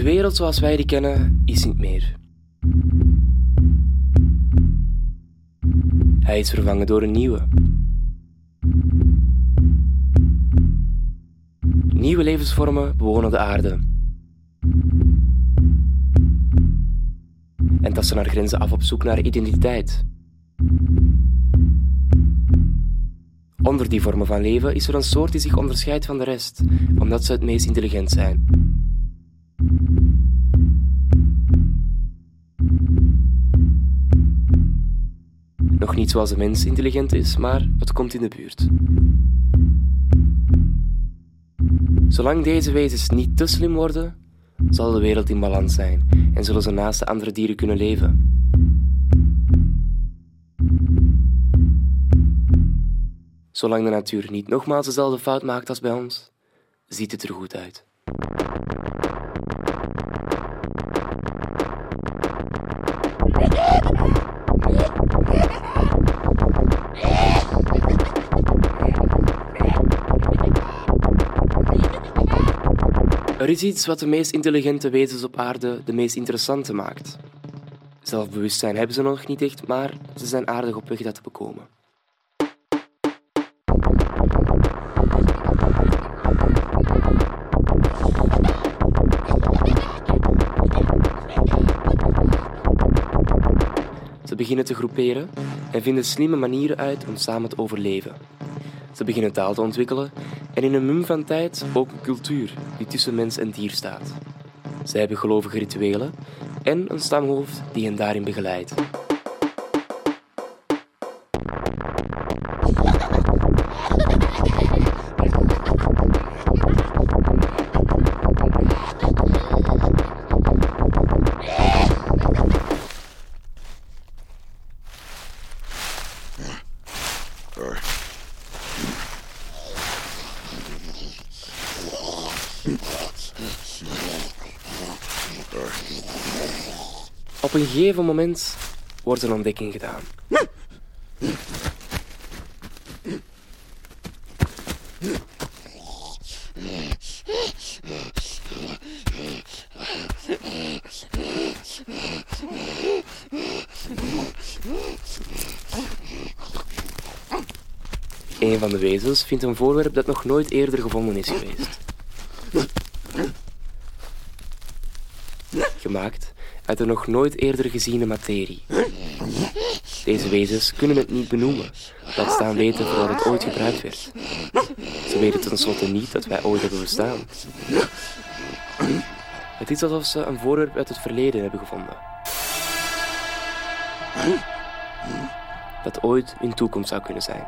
De wereld zoals wij die kennen is niet meer. Hij is vervangen door een nieuwe. Nieuwe levensvormen bewonen de aarde. En tasten haar grenzen af op zoek naar identiteit. Onder die vormen van leven is er een soort die zich onderscheidt van de rest, omdat ze het meest intelligent zijn. Nog niet zoals de mens intelligent is, maar het komt in de buurt. Zolang deze wezens niet te slim worden, zal de wereld in balans zijn en zullen ze naast de andere dieren kunnen leven. Zolang de natuur niet nogmaals dezelfde fout maakt als bij ons, ziet het er goed uit. Er is iets wat de meest intelligente wezens op aarde de meest interessante maakt. Zelfbewustzijn hebben ze nog niet echt, maar ze zijn aardig op weg dat te bekomen. Ze beginnen te groeperen en vinden slimme manieren uit om samen te overleven. Ze beginnen taal te ontwikkelen en in een mum van tijd ook een cultuur die tussen mens en dier staat. Zij hebben gelovige rituelen en een stamhoofd die hen daarin begeleidt. Op een gegeven moment wordt een ontdekking gedaan. Een van de wezens vindt een voorwerp dat nog nooit eerder gevonden is geweest. Gemaakt uit een nog nooit eerder geziene materie. Deze wezens kunnen het niet benoemen, laat staan weten voordat het ooit gebruikt werd. Ze weten tenslotte niet dat wij ooit hebben bestaan. Het is alsof ze een voorwerp uit het verleden hebben gevonden. Dat ooit hun toekomst zou kunnen zijn.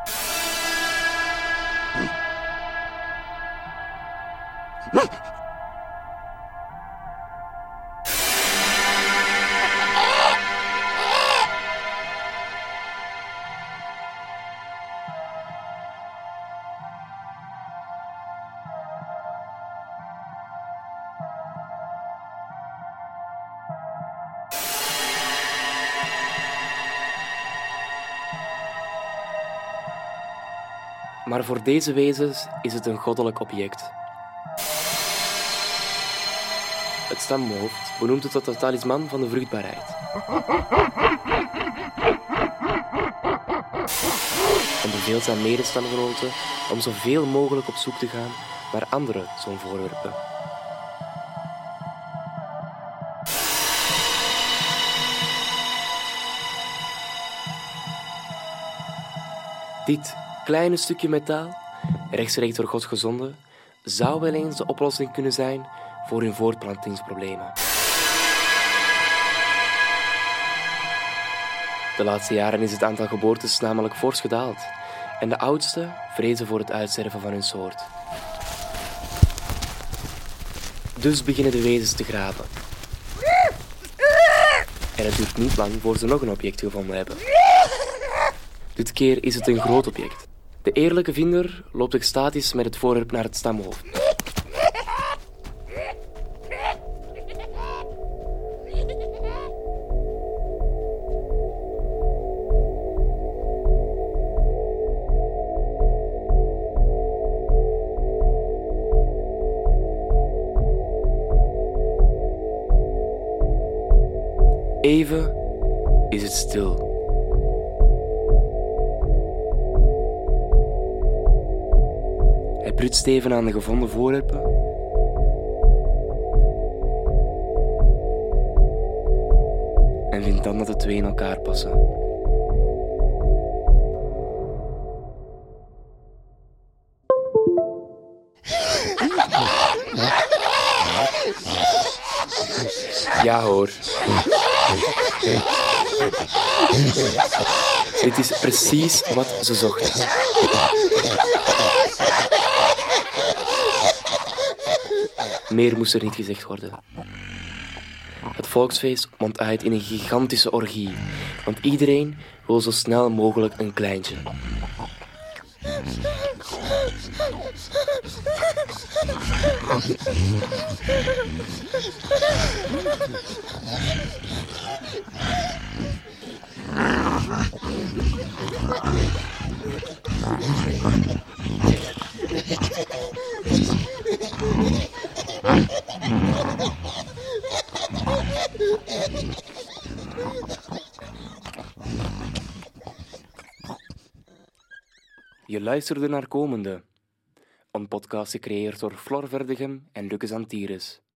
Maar voor deze wezens is het een goddelijk object. Het stamhoofd benoemt het tot de talisman van de vruchtbaarheid. En beveelt zijn medestamgenoten om zoveel mogelijk op zoek te gaan naar andere zo'n voorwerpen. Dit kleine stukje metaal, rechtstreeks door God gezonden, zou wel eens de oplossing kunnen zijn voor hun voortplantingsproblemen. De laatste jaren is het aantal geboortes namelijk fors gedaald en de oudsten vrezen voor het uitsterven van hun soort. Dus beginnen de wezens te graven. En het duurt niet lang voor ze nog een object gevonden hebben. Dit keer is het een groot object. De eerlijke vinder loopt extatisch met het voorwerp naar het stamhoofd. Even is het stil. Hij prutst even aan de gevonden voorwerpen. En vindt dan dat de twee in elkaar passen. Ja hoor. Dit is precies wat ze zochten. Meer moest er niet gezegd worden. Het volksfeest mondt uit in een gigantische orgie, want iedereen wil zo snel mogelijk een kleintje. Je luisterde naar Komende, een podcast gecreëerd door Flor Verdegem en Lucas Antires.